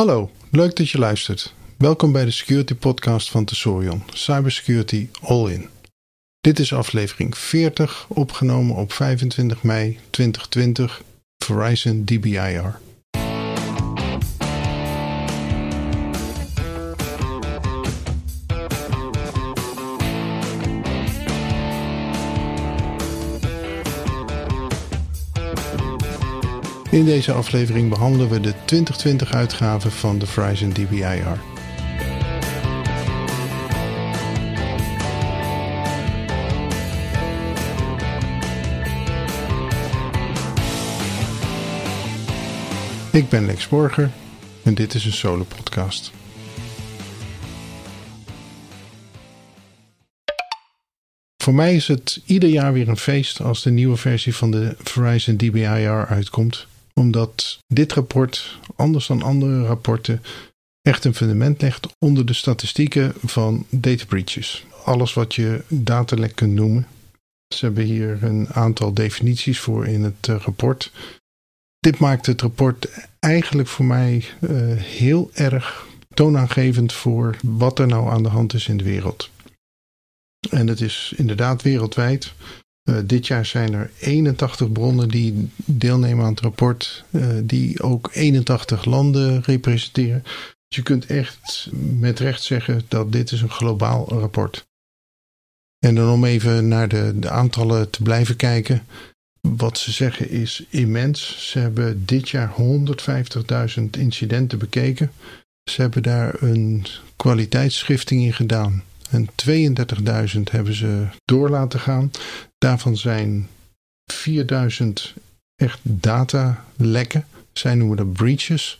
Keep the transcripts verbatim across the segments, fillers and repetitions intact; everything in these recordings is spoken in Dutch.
Hallo, leuk dat je luistert. Welkom bij de Security Podcast van Tesorion, Cybersecurity All In. Dit is aflevering veertig, opgenomen op vijfentwintig mei tweeduizend twintig, Verizon D B I R. In deze aflevering behandelen we de twintig twintig uitgave van de Verizon D B I R. Ik ben Lex Borger en dit is een solo podcast. Voor mij is het ieder jaar weer een feest als de nieuwe versie van de Verizon D B I R uitkomt, omdat dit rapport, anders dan andere rapporten, echt een fundament legt onder de statistieken van data breaches. Alles wat je datalek kunt noemen. Ze hebben hier een aantal definities voor in het uh, rapport. Dit maakt het rapport eigenlijk voor mij uh, heel erg toonaangevend voor wat er nou aan de hand is in de wereld. En het is inderdaad wereldwijd. Uh, dit jaar zijn er eenentachtig bronnen die deelnemen aan het rapport, uh, die ook eenentachtig landen representeren. Dus je kunt echt met recht zeggen dat dit is een globaal rapport. En dan om even naar de, de aantallen te blijven kijken. Wat ze zeggen is immens. Ze hebben dit jaar honderdvijftigduizend incidenten bekeken. Ze hebben daar een kwaliteitsschrifting in gedaan. En tweeëndertigduizend hebben ze door laten gaan. Daarvan zijn vierduizend echt datalekken. Zij noemen dat breaches.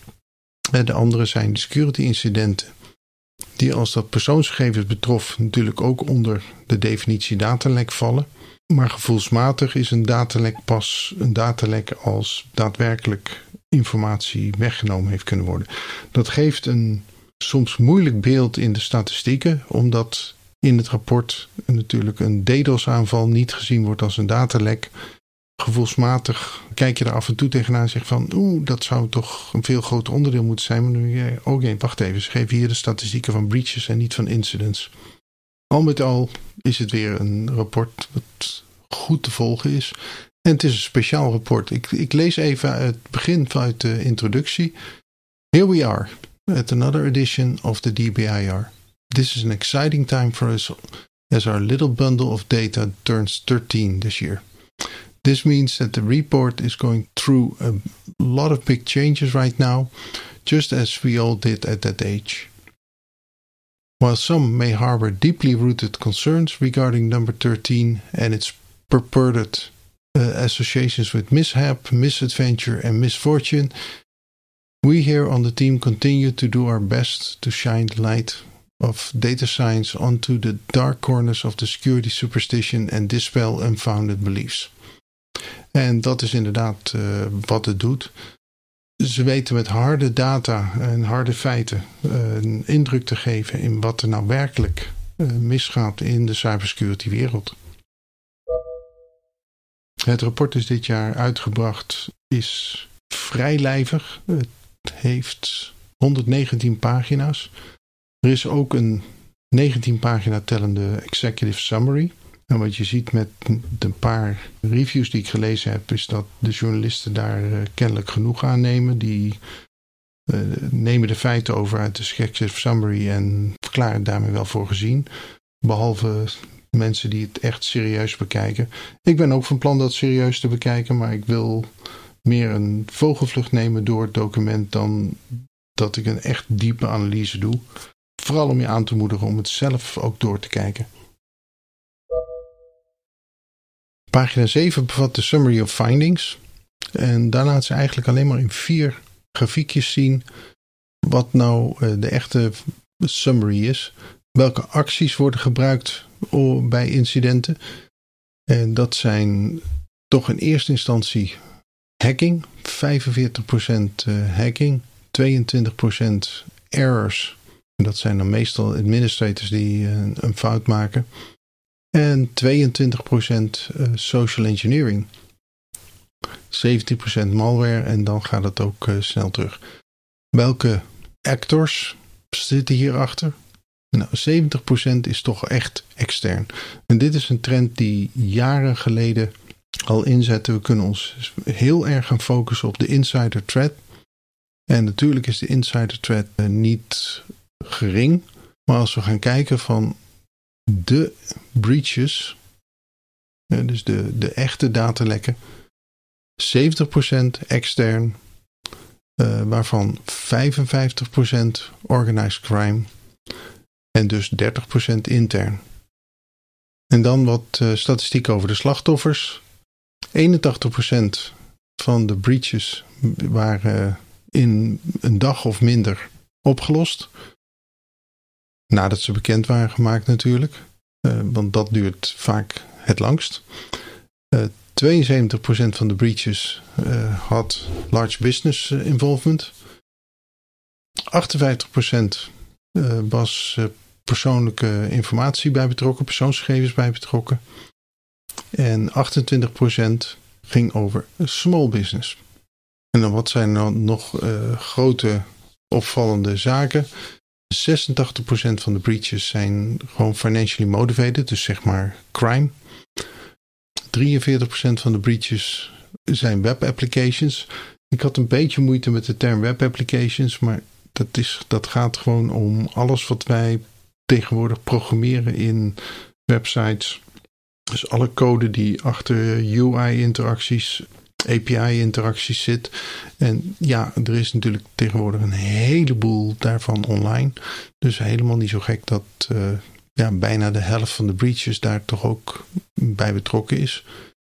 En de andere zijn security incidenten. Die als dat persoonsgegevens betrof natuurlijk ook onder de definitie datalek vallen. Maar gevoelsmatig is een datalek pas een datalek als daadwerkelijk informatie weggenomen heeft kunnen worden. Dat geeft een soms moeilijk beeld in de statistieken, omdat in het rapport natuurlijk een DDoS-aanval niet gezien wordt als een datalek. Gevoelsmatig kijk je er af en toe tegenaan en zegt van oeh, dat zou toch een veel groter onderdeel moeten zijn. Maar nu, oh nee, wacht even, ze geven hier de statistieken van breaches en niet van incidents. Al met al is het weer een rapport wat goed te volgen is. En het is een speciaal rapport. Ik, ik lees even het begin vanuit de introductie. Here we are at another edition of the D B I R. This is an exciting time for us as our little bundle of data turns thirteen this year. This means that the report is going through a lot of big changes right now, just as we all did at that age. While some may harbor deeply rooted concerns regarding number thirteen and its purported uh, associations with mishap, misadventure and misfortune, we here on the team continue to do our best to shine the light of data science onto the dark corners of the security superstition and dispel unfounded beliefs. En dat is inderdaad uh, wat het doet. Ze weten met harde data en harde feiten uh, een indruk te geven in wat er nou werkelijk uh, misgaat in de cybersecurity wereld. Het rapport is dit jaar uitgebracht, is vrij lijvig. Het heeft honderdnegentien pagina's. Er is ook een negentien pagina tellende executive summary. En wat je ziet met de paar reviews die ik gelezen heb, is dat de journalisten daar uh, kennelijk genoeg aan nemen. Die uh, nemen de feiten over uit de executive summary en verklaren het daarmee wel voor gezien. Behalve mensen die het echt serieus bekijken. Ik ben ook van plan dat serieus te bekijken, maar ik wil meer een vogelvlucht nemen door het document dan dat ik een echt diepe analyse doe. Vooral om je aan te moedigen om het zelf ook door te kijken. Pagina zeven bevat de Summary of Findings. En daar laat ze eigenlijk alleen maar in vier grafiekjes zien wat nou de echte summary is. Welke acties worden gebruikt bij incidenten. En dat zijn toch in eerste instantie hacking. vijfenveertig procent hacking. tweeëntwintig procent errors. En dat zijn dan meestal administrators die een fout maken. En tweeëntwintig procent social engineering. zeventien procent malware en dan gaat het ook uh, snel terug. Welke actors zitten hierachter? Nou, zeventig procent is toch echt extern. En dit is een trend die jaren geleden al inzette. We kunnen ons heel erg gaan focussen op de insider threat. En natuurlijk is de insider threat niet gering. Maar als we gaan kijken van de breaches, dus de, de echte datalekken, zeventig procent extern, uh, waarvan vijfenvijftig procent organized crime en dus dertig procent intern. En dan wat uh, statistiek over de slachtoffers. eenentachtig procent van de breaches waren in een dag of minder opgelost. Nadat ze bekend waren gemaakt natuurlijk. Uh, want dat duurt vaak het langst. Uh, tweeënzeventig procent van de breaches uh, had large business involvement. achtenvijftig procent uh, was uh, persoonlijke informatie bij betrokken, persoonsgegevens bij betrokken. En achtentwintig procent ging over small business. En dan wat zijn nou nog uh, grote opvallende zaken? zesentachtig procent van de breaches zijn gewoon financially motivated, dus zeg maar crime. drieënveertig procent van de breaches zijn web applications. Ik had een beetje moeite met de term web applications, maar dat, is, dat gaat gewoon om alles wat wij tegenwoordig programmeren in websites. Dus alle code die achter U I-interacties, A P I-interacties zit. En ja, er is natuurlijk tegenwoordig een heleboel daarvan online. Dus helemaal niet zo gek dat uh, ja, bijna de helft van de breaches daar toch ook bij betrokken is.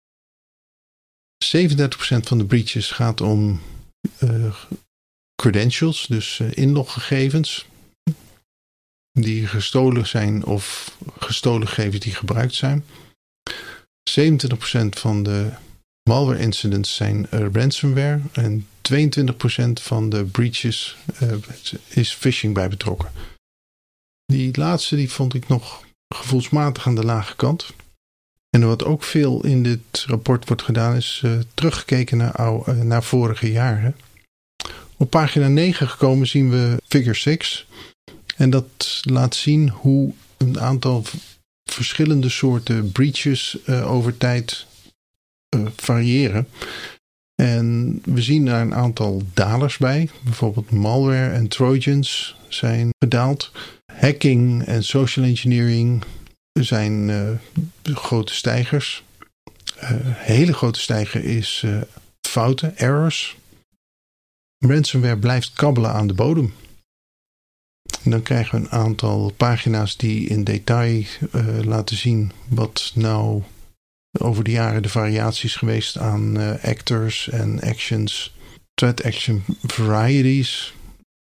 zevenendertig procent van de breaches gaat om uh, credentials, dus uh, inloggegevens. Die gestolen zijn of gestolen gegevens die gebruikt zijn. zevenentwintig procent van de malware incidents zijn uh, ransomware. En tweeëntwintig procent van de breaches uh, is phishing bij betrokken. Die laatste die vond ik nog gevoelsmatig aan de lage kant. En wat ook veel in dit rapport wordt gedaan is uh, teruggekeken naar, oude, uh, naar vorige jaren. Op pagina negen gekomen zien we figure zes. En dat laat zien hoe een aantal verschillende soorten breaches uh, over tijd uh, variëren. En we zien daar een aantal dalers bij. Bijvoorbeeld malware en trojans zijn gedaald. Hacking en social engineering zijn uh, grote stijgers. Uh, hele grote stijger is uh, fouten, errors. Ransomware blijft kabbelen aan de bodem. En dan krijgen we een aantal pagina's die in detail uh, laten zien wat nou over de jaren de variaties geweest aan uh, actors en actions, threat action varieties.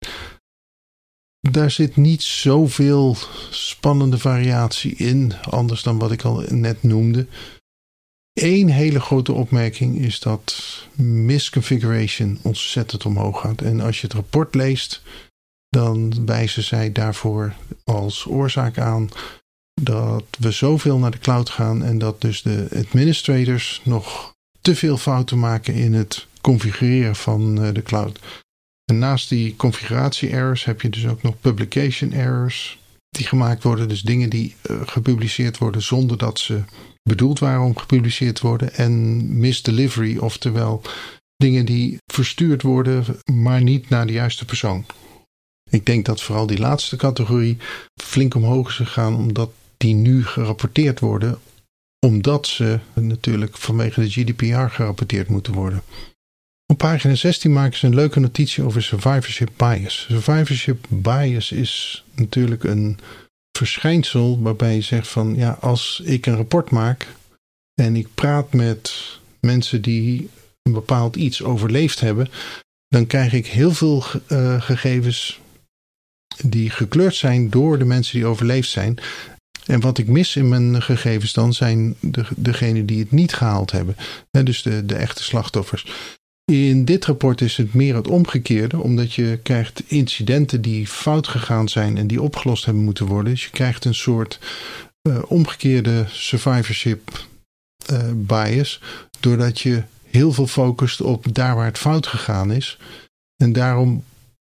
Daar zit niet zoveel spannende variatie in, anders dan wat ik al net noemde. Eén hele grote opmerking is dat misconfiguration ontzettend omhoog gaat. En als je het rapport leest, dan wijzen zij daarvoor als oorzaak aan dat we zoveel naar de cloud gaan en dat dus de administrators nog te veel fouten maken in het configureren van de cloud. En naast die configuratie errors heb je dus ook nog publication errors die gemaakt worden. Dus dingen die uh, gepubliceerd worden zonder dat ze bedoeld waren om gepubliceerd te worden. En misdelivery, oftewel dingen die verstuurd worden, maar niet naar de juiste persoon. Ik denk dat vooral die laatste categorie flink omhoog is gegaan, omdat die nu gerapporteerd worden, omdat ze natuurlijk vanwege de G D P R gerapporteerd moeten worden. Op pagina zestien maken ze een leuke notitie over survivorship bias. Survivorship bias is natuurlijk een verschijnsel waarbij je zegt van ja, als ik een rapport maak en ik praat met mensen die een bepaald iets overleefd hebben, dan krijg ik heel veel uh, gegevens die gekleurd zijn door de mensen die overleefd zijn. En wat ik mis in mijn gegevens dan zijn de, degenen die het niet gehaald hebben. He, dus de, de echte slachtoffers. In dit rapport is het meer het omgekeerde, omdat je krijgt incidenten die fout gegaan zijn en die opgelost hebben moeten worden. Dus je krijgt een soort uh, omgekeerde survivorship uh, bias, doordat je heel veel focust op daar waar het fout gegaan is. En daarom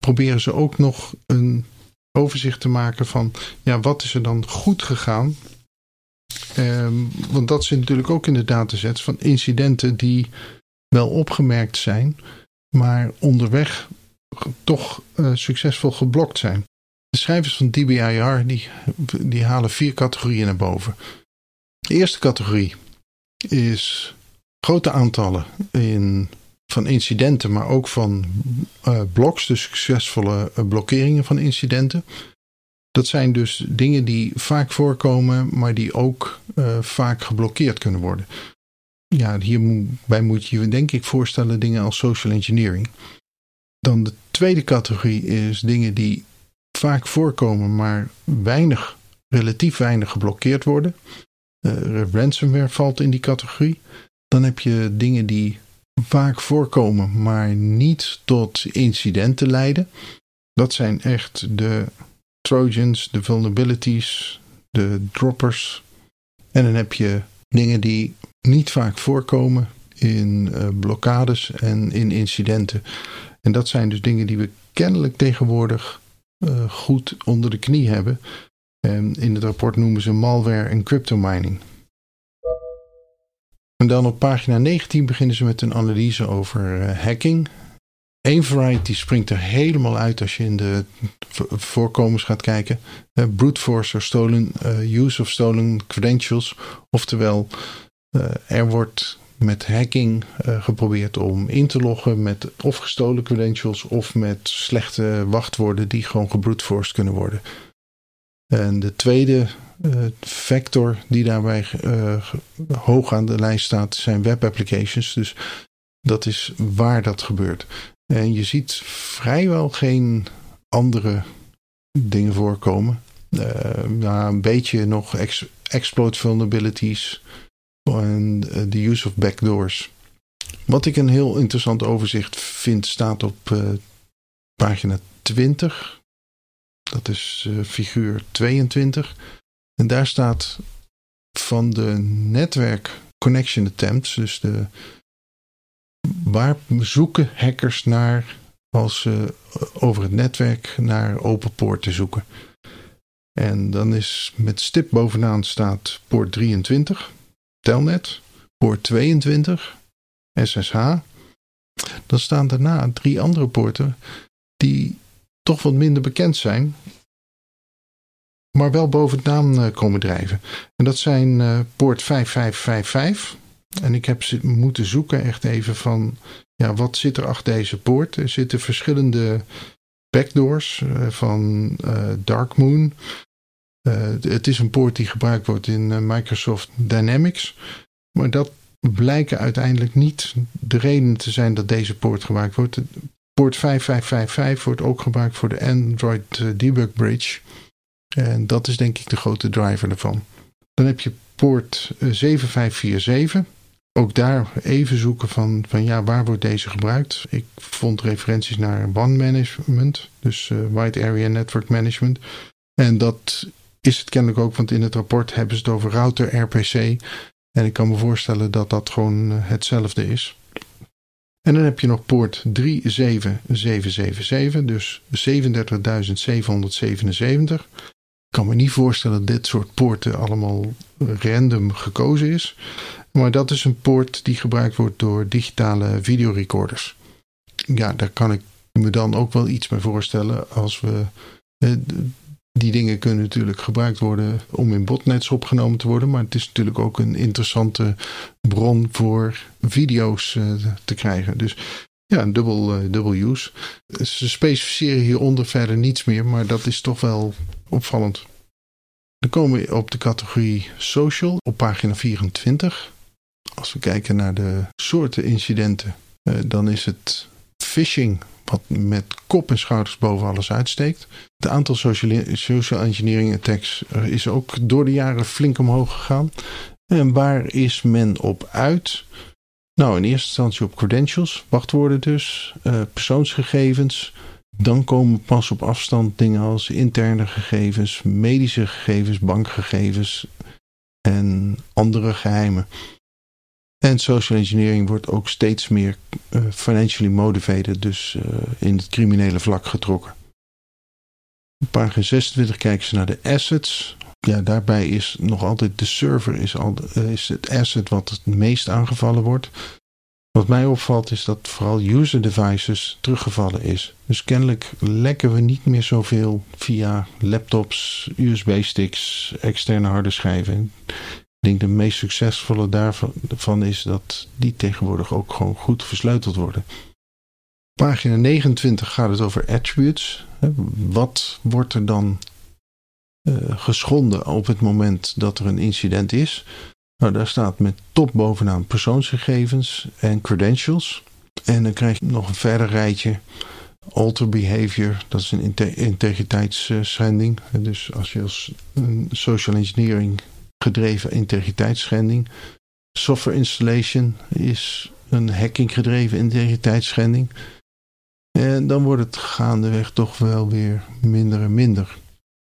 proberen ze ook nog een overzicht te maken van, ja, wat is er dan goed gegaan? Um, want dat zit natuurlijk ook in de datasets van incidenten die wel opgemerkt zijn, maar onderweg toch uh, succesvol geblokt zijn. De schrijvers van D B I R die, die halen vier categorieën naar boven. De eerste categorie is grote aantallen in, van incidenten, maar ook van uh, bloks, dus succesvolle uh, blokkeringen van incidenten. Dat zijn dus dingen die vaak voorkomen, maar die ook uh, vaak geblokkeerd kunnen worden. Ja, hierbij moet je je denk ik voorstellen dingen als social engineering. Dan de tweede categorie is dingen die vaak voorkomen, maar weinig, relatief weinig geblokkeerd worden. Uh, ransomware valt in die categorie. Dan heb je dingen die vaak voorkomen, maar niet tot incidenten leiden. Dat zijn echt de Trojans, de vulnerabilities, de droppers. En dan heb je dingen die niet vaak voorkomen in uh, blokkades en in incidenten. En dat zijn dus dingen die we kennelijk tegenwoordig uh, goed onder de knie hebben. En in het rapport noemen ze malware en cryptomining. En dan op pagina negentien beginnen ze met een analyse over uh, hacking. Eén variety springt er helemaal uit als je in de voorkomens gaat kijken. Uh, brute force or stolen, uh, use of stolen credentials. Oftewel, uh, er wordt met hacking uh, geprobeerd om in te loggen met of gestolen credentials of met slechte wachtwoorden die gewoon gebruteforced kunnen worden. En de tweede uh, factor die daarbij uh, hoog aan de lijst staat zijn web applications. Dus dat is waar dat gebeurt. En je ziet vrijwel geen andere dingen voorkomen. Uh, nou, een beetje nog ex- exploit vulnerabilities en uh, de use of backdoors. Wat ik een heel interessant overzicht vind staat op uh, pagina twintig. Dat is uh, figuur tweeëntwintig. En daar staat van de netwerk connection attempts, dus de waar zoeken hackers naar als ze over het netwerk naar open poorten zoeken. En dan is met stip bovenaan staat poort drieëntwintig, telnet, poort tweeëntwintig, S S H. Dan staan daarna drie andere poorten die toch wat minder bekend zijn, maar wel boven het naam komen drijven. En dat zijn uh, poort vijf vijf vijf vijf. En ik heb ze moeten zoeken echt even van, ja, wat zit er achter deze poort? Er zitten verschillende backdoors uh, van uh, Darkmoon. Uh, het is een poort die gebruikt wordt in uh, Microsoft Dynamics. Maar dat blijken uiteindelijk niet de redenen te zijn dat deze poort gebruikt wordt. Poort vijf vijf vijf vijf wordt ook gebruikt voor de Android uh, Debug Bridge. En dat is denk ik de grote driver ervan. Dan heb je poort uh, zeven vijf vier zeven. Ook daar even zoeken van, van ja, waar wordt deze gebruikt? Ik vond referenties naar W A N management, dus uh, Wide Area Network Management. En dat is het kennelijk ook, want in het rapport hebben ze het over router R P C. En ik kan me voorstellen dat dat gewoon uh, hetzelfde is. En dan heb je nog poort drie zeven zeven zeven zeven, dus zevenendertigduizend zevenhonderdzevenenzeventig. Ik kan me niet voorstellen dat dit soort poorten allemaal random gekozen is. Maar dat is een poort die gebruikt wordt door digitale videorecorders. Ja, daar kan ik me dan ook wel iets bij voorstellen. Als we, eh, die dingen kunnen natuurlijk gebruikt worden om in botnets opgenomen te worden. Maar het is natuurlijk ook een interessante bron voor video's eh, te krijgen. Dus ja, een dubbel, uh, dubbel use. Ze specificeren hieronder verder niets meer, maar dat is toch wel opvallend. Dan komen we op de categorie social op pagina vierentwintig. Als we kijken naar de soorten incidenten, uh, dan is het phishing wat met kop en schouders boven alles uitsteekt. Het aantal social, social engineering attacks is ook door de jaren flink omhoog gegaan. En waar is men op uit? Nou, in eerste instantie op credentials, wachtwoorden dus, uh, persoonsgegevens. Dan komen pas op afstand dingen als interne gegevens, medische gegevens, bankgegevens en andere geheimen. En social engineering wordt ook steeds meer uh, financially motivated, dus uh, in het criminele vlak getrokken. Op pagina zesentwintig kijken ze naar de assets. Ja, daarbij is nog altijd de server is, al, uh, is het asset wat het meest aangevallen wordt. Wat mij opvalt is dat vooral user devices teruggevallen is. Dus kennelijk lekken we niet meer zoveel via laptops, U S B-sticks, externe harde schijven. Ik denk de meest succesvolle daarvan is dat die tegenwoordig ook gewoon goed versleuteld worden. Pagina negenentwintig gaat het over attributes. Wat wordt er dan uh, geschonden op het moment dat er een incident is? Nou, daar staat met top bovenaan persoonsgegevens en credentials. En dan krijg je nog een verder rijtje. Alter behavior, dat is een inter- integriteitsschending. Dus als je als een social engineering gedreven integriteitsschending. Software installation is een hacking gedreven integriteitsschending. En dan wordt het gaandeweg toch wel weer minder en minder.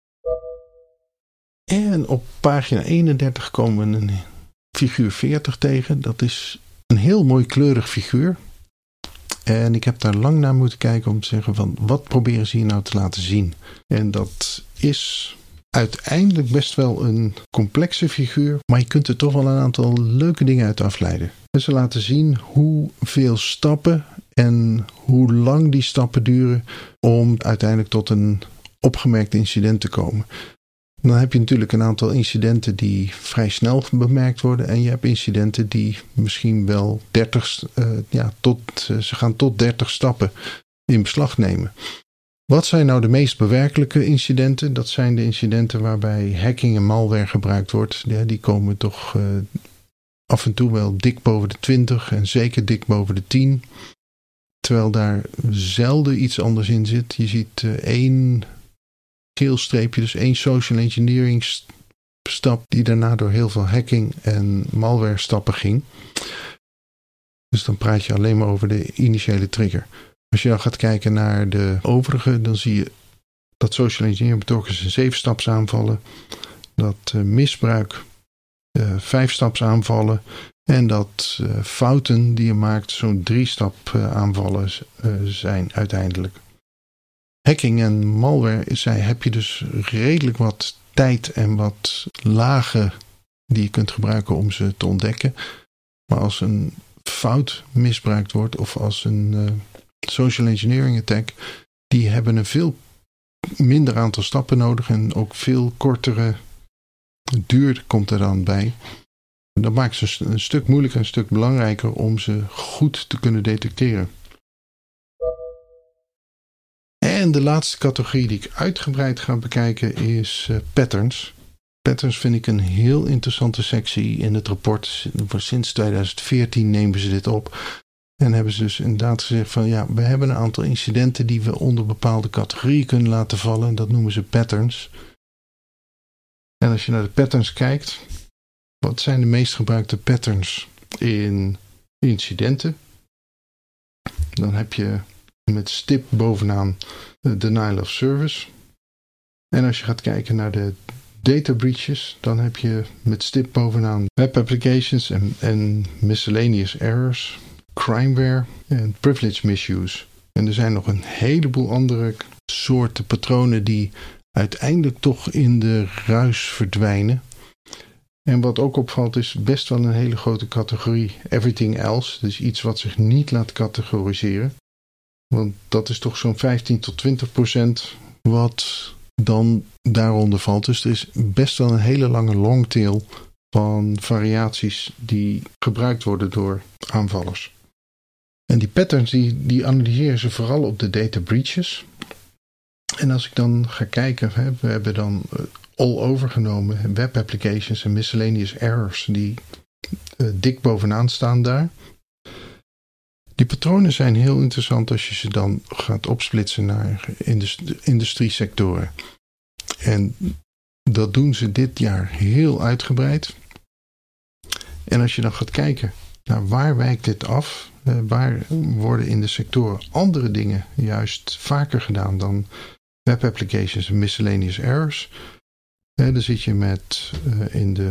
En op pagina eenendertig komen we een figuur veertig tegen. Dat is een heel mooi kleurig figuur. En ik heb daar lang naar moeten kijken om te zeggen van wat proberen ze hier nou te laten zien. En dat is uiteindelijk best wel een complexe figuur, maar je kunt er toch wel een aantal leuke dingen uit afleiden. En ze laten zien hoeveel stappen en hoe lang die stappen duren om uiteindelijk tot een opgemerkt incident te komen. Dan heb je natuurlijk een aantal incidenten die vrij snel bemerkt worden. En je hebt incidenten die misschien wel dertig, uh, ja, tot, uh, ze gaan tot dertig stappen in beslag nemen. Wat zijn nou de meest bewerkelijke incidenten? Dat zijn de incidenten waarbij hacking en malware gebruikt wordt. Ja, die komen toch uh, af en toe wel dik boven de twintig en zeker dik boven de tien. Terwijl daar zelden iets anders in zit. Je ziet uh, één geel streepje, dus één social engineering stap die daarna door heel veel hacking en malware stappen ging. Dus dan praat je alleen maar over de initiële trigger. Als je dan gaat kijken naar de overige, dan zie je dat social engineering betrokken is in zeven staps aanvallen. Dat uh, misbruik uh, vijf staps aanvallen. En dat uh, fouten die je maakt zo'n drie stap uh, aanvallen uh, zijn uiteindelijk. Hacking en malware, zij heb je dus redelijk wat tijd en wat lagen die je kunt gebruiken om ze te ontdekken. Maar als een fout misbruikt wordt of als een uh, social engineering attack, die hebben een veel minder aantal stappen nodig en ook veel kortere duur komt er dan bij. Dat maakt ze een stuk moeilijker, een stuk belangrijker om ze goed te kunnen detecteren. En de laatste categorie die ik uitgebreid ga bekijken is uh, patterns. Patterns vind ik een heel interessante sectie in het rapport. Sinds twintig veertien nemen ze dit op. En hebben ze dus inderdaad gezegd van ja, we hebben een aantal incidenten die we onder bepaalde categorieën kunnen laten vallen. En dat noemen ze patterns. En als je naar de patterns kijkt, wat zijn de meest gebruikte patterns in incidenten? Dan heb je met stip bovenaan de denial of service. En als je gaat kijken naar de data breaches, dan heb je met stip bovenaan web applications en, en miscellaneous errors, crimeware en privilege misuse. En er zijn nog een heleboel andere soorten patronen die uiteindelijk toch in de ruis verdwijnen. En wat ook opvalt is best wel een hele grote categorie everything else. Dus iets wat zich niet laat categoriseren. Want dat is toch zo'n vijftien tot twintig procent wat dan daaronder valt. Dus er is best wel een hele lange longtail van variaties die gebruikt worden door aanvallers. En die patterns die, die analyseren ze vooral op de data breaches. En als ik dan ga kijken, hè, we hebben dan all overgenomen web applications en miscellaneous errors die uh, dik bovenaan staan daar. Die patronen zijn heel interessant als je ze dan gaat opsplitsen naar industrie, industriesectoren. En dat doen ze dit jaar heel uitgebreid. En als je dan gaat kijken naar waar wijkt dit af, uh, waar worden in de sectoren andere dingen juist vaker gedaan dan web applications en miscellaneous errors. Uh, dan zit je met uh, in de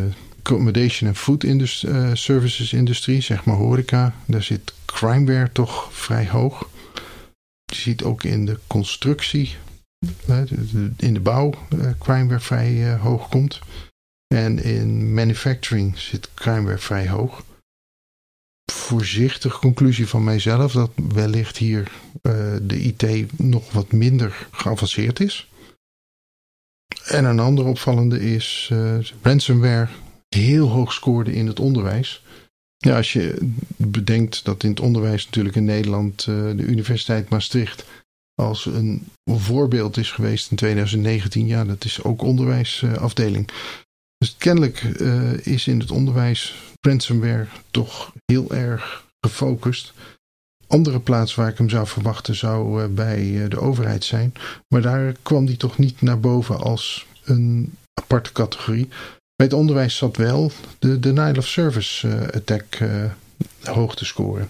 accommodation en food industrie, uh, services industrie, zeg maar horeca, daar zit crimeware toch vrij hoog. Je ziet ook in de constructie, uh, in de bouw, uh, crimeware vrij uh, hoog komt. En in manufacturing zit crimeware vrij hoog. Voorzichtige conclusie van mijzelf dat wellicht hier uh, de I T nog wat minder geavanceerd is. En een andere opvallende is uh, ransomware heel hoog scoorde in het onderwijs. Ja, als je bedenkt dat in het onderwijs natuurlijk in Nederland uh, de Universiteit Maastricht als een voorbeeld is geweest in twintig negentien. Ja, dat is ook onderwijsafdeling. Uh, dus kennelijk uh, is in het onderwijs ransomware toch heel erg gefocust. Andere plaats waar ik hem zou verwachten zou uh, bij uh, de overheid zijn. Maar daar kwam die toch niet naar boven als een aparte categorie. Bij het onderwijs zat wel de denial of service uh, attack uh, hoog te scoren.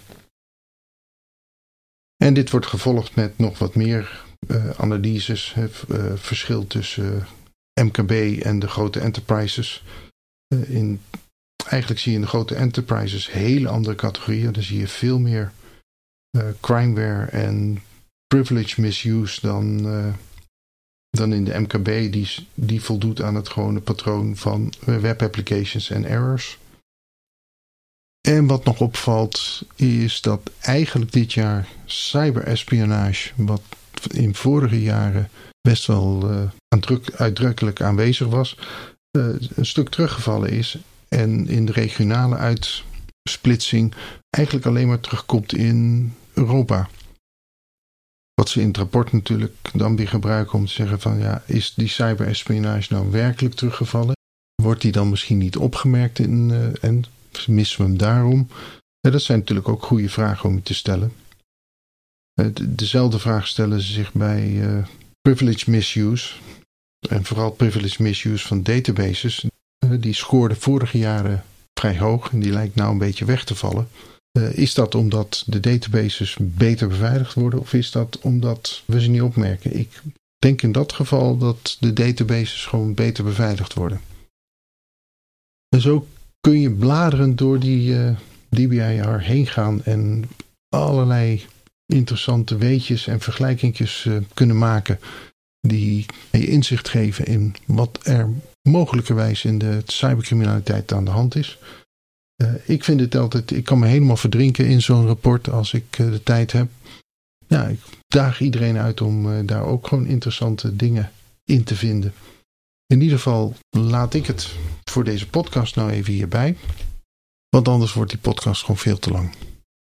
En dit wordt gevolgd met nog wat meer uh, analyses. Het uh, verschil tussen uh, M K B en de grote enterprises. Uh, in, eigenlijk zie je in de grote enterprises hele andere categorieën. Daar zie je veel meer uh, crimeware en privilege misuse dan, uh, dan in de M K B. Die, die voldoet aan het gewone patroon van web applications en errors. En wat nog opvalt is dat eigenlijk dit jaar cyberespionage, wat in vorige jaren best wel uh, aandruk, uitdrukkelijk aanwezig was, uh, een stuk teruggevallen is. En in de regionale uitsplitsing eigenlijk alleen maar terugkomt in Europa. Wat ze in het rapport natuurlijk dan weer gebruiken om te zeggen van ja, is die cyberespionage nou werkelijk teruggevallen? Wordt die dan misschien niet opgemerkt in, uh, en missen we hem daarom? Ja, dat zijn natuurlijk ook goede vragen om je te stellen. Uh, de, dezelfde vraag stellen ze zich bij uh, privilege misuse. En vooral privilege misuse van databases. Uh, die scoorden vorige jaren vrij hoog en die lijkt nou een beetje weg te vallen. Uh, is dat omdat de databases beter beveiligd worden of is dat omdat we ze niet opmerken? Ik denk in dat geval dat de databases gewoon beter beveiligd worden. En zo kun je bladerend door die uh, D B I R heen gaan en allerlei interessante weetjes en vergelijkingjes uh, kunnen maken die je inzicht geven in wat er mogelijkerwijs in de cybercriminaliteit aan de hand is. Uh, ik vind het altijd, ik kan me helemaal verdrinken in zo'n rapport als ik uh, de tijd heb. Ja, ik daag iedereen uit om uh, daar ook gewoon interessante dingen in te vinden. In ieder geval laat ik het voor deze podcast nou even hierbij. Want anders wordt die podcast gewoon veel te lang.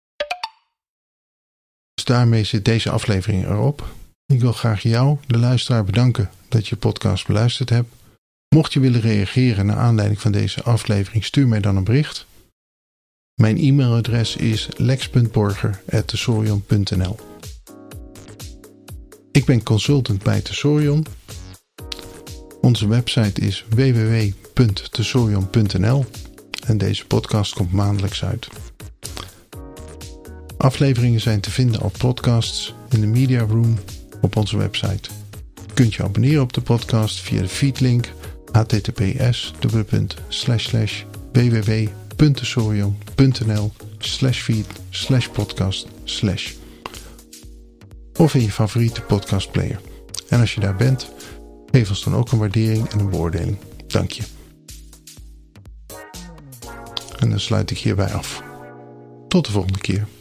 Dus daarmee zit deze aflevering erop. Ik wil graag jou, de luisteraar, bedanken dat je podcast beluisterd hebt. Mocht je willen reageren naar aanleiding van deze aflevering, stuur mij dan een bericht. Mijn e-mailadres is lex punt borger apenstaartje tesorion punt n l. Ik ben consultant bij Tesorion. Onze website is w w w punt tesorion punt n l en deze podcast komt maandelijks uit. Afleveringen zijn te vinden als podcasts in de Media Room op onze website. Je kunt je abonneren op de podcast via de feedlink h t t p s slash slash w w w punt tesorion punt n l slash feed slash podcast slash of in je favoriete podcastplayer. En als je daar bent, geef ons dan ook een waardering en een beoordeling. Dank je. En dan sluit ik hierbij af. Tot de volgende keer.